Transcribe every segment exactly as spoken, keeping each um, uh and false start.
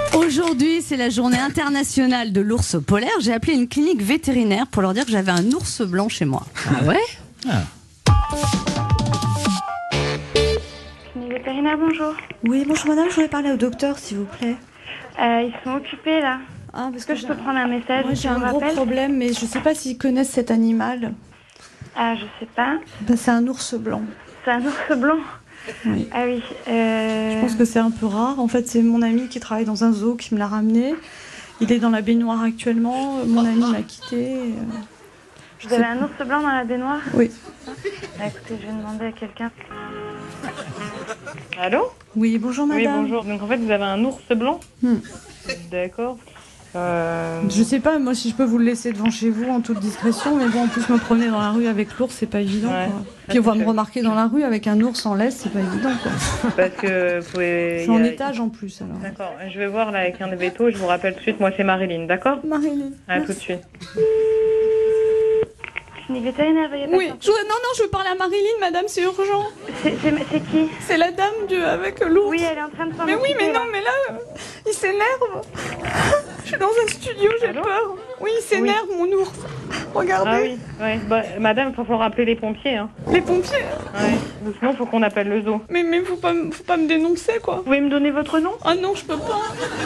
Aujourd'hui, c'est la journée internationale de l'ours polaire. J'ai appelé une clinique vétérinaire pour leur dire que j'avais un ours blanc chez moi. Ah ouais ah. Clinique vétérinaire, bonjour. Oui, bonjour madame, je voudrais parler au docteur s'il vous plaît. Euh, ils sont occupés là. Ah, parce Est-ce que, que je peux prendre un message? Moi j'ai un gros rappelle problème, mais je sais pas s'ils connaissent cet animal. Ah, je sais pas. Ben, c'est un ours blanc. C'est un ours blanc? Oui. Ah oui. Euh... Je pense que c'est un peu rare. En fait, c'est mon ami qui travaille dans un zoo qui me l'a ramené. Il est dans la baignoire actuellement. Mon ami m'a quitté. Vous avez un ours blanc dans la baignoire? Oui. Ah, écoutez, je vais demander à quelqu'un. Allô? Oui, bonjour madame. Oui, bonjour. Donc en fait, vous avez un ours blanc? Hmm. D'accord. Euh... Je sais pas, moi, si je peux vous le laisser devant chez vous en toute discrétion, mais bon, en plus, me promener dans la rue avec l'ours, c'est pas évident, Ouais. quoi. Puis on va me remarquer dans la rue avec un ours en laisse, c'est pas évident, quoi. Parce que vous pouvez... C'est en il y a- étage en plus, alors. D'accord. Je vais voir là avec un des vétos. Je vous rappelle tout de suite. Moi, c'est Marilyn. D'accord? Marilyn. À tout de suite. Clinique vétérinaire, veuillez Oui, patienter. je voudrais- non, non, je veux parler à Marilyn, madame, c'est urgent. C'est c'est- c'est qui? C'est la dame du, avec l'ours. Oui, elle est en train de s'en Mais oui, occuper, mais là. non, mais là, euh, il s'énerve. Je suis dans un studio, j'ai Allô peur. Oui, il s'énerve, mon ours. Regardez. Ah oui. Ouais. Bah, madame, il va falloir appeler les pompiers. Hein. Les pompiers. Ouais. Sinon, faut qu'on appelle le zoo. Mais, mais faut pas, me- faut pas me dénoncer, quoi. Vous pouvez me donner votre nom? Ah non, je peux pas.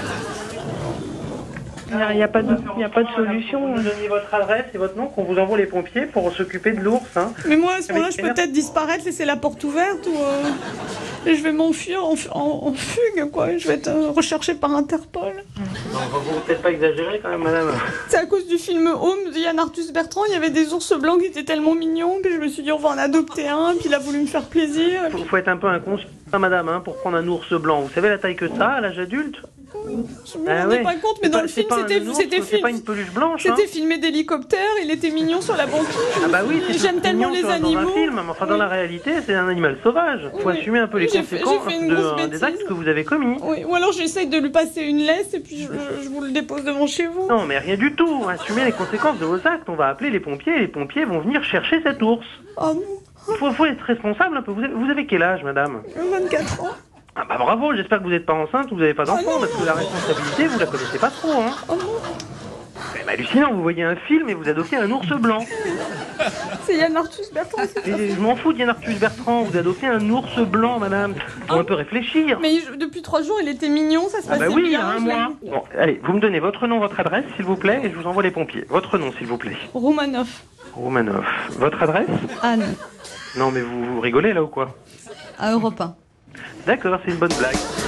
Il n'y a, il y a, pas de- il y a pas de solution. Vous nous donniez votre adresse et votre nom, qu'on vous envoie les pompiers pour s'occuper de l'ours. Hein. Mais moi, à ce moment-là, Avec je peux peut-être disparaître, laisser la porte ouverte, ou euh, et je vais m'enfuir en, en, en fugue, quoi. Je vais être euh, recherchée par Interpol. Non, vous peut-être pas exagérer quand même, madame. C'est à cause du film Home de Yann Arthus Bertrand, il y avait des ours blancs qui étaient tellement mignons, puis je me suis dit on va en adopter un, puis il a voulu me faire plaisir. Il faut être un peu inconscient, madame, hein, pour prendre un ours blanc. Vous savez la taille que ça à l'âge adulte? Je me Ah rendais ouais. pas compte, mais C'est dans pas- le c'est film pas un c'était ours, c'était c'est film- pas une peluche blanche. Hein. c'était filmé d'hélicoptère, il était mignon sur la banquise. Ah bah oui, c'est J'aime tout tellement mignon les sur- dans animaux. un film, mais enfin dans Oui. la réalité, c'est un animal sauvage. Faut Oui. assumer un peu les J'ai fait- conséquences j'ai fait une de- grosse euh, des bêtise. actes que vous avez commis. Oui, ou alors j'essaye de lui passer une laisse et puis je, je- je vous le dépose devant chez vous. Non, mais rien du tout. Assumez les conséquences de vos actes. On va appeler les pompiers et les pompiers vont venir chercher cet ours. Oh non, Faut, faut être responsable un peu. Vous avez, vous avez quel âge, madame? vingt-quatre ans. Ah bah bravo, j'espère que vous n'êtes pas enceinte ou vous n'avez pas d'enfant, non, parce que la responsabilité, vous la connaissez pas trop, hein. Oh non, Mais hallucinant, vous voyez un film et vous adoptez un ours blanc. c'est Yann Arthus Bertrand. c'est ça. Et je m'en fous de Yann Arthus Bertrand, vous adoptez un ours blanc, madame. Faut un peu réfléchir. Mais je- depuis trois jours, il était mignon, ça se Ah passait bah oui, il y bien. a un je l'ai- mois. Bon, allez, vous me donnez votre nom, votre adresse, s'il vous plaît, et je vous envoie les pompiers. Votre nom, s'il vous plaît. Romanoff. Romanov. Votre adresse? Anne, Non, mais vous, vous rigolez là ou quoi? à Europe un. D'accord, c'est une bonne blague.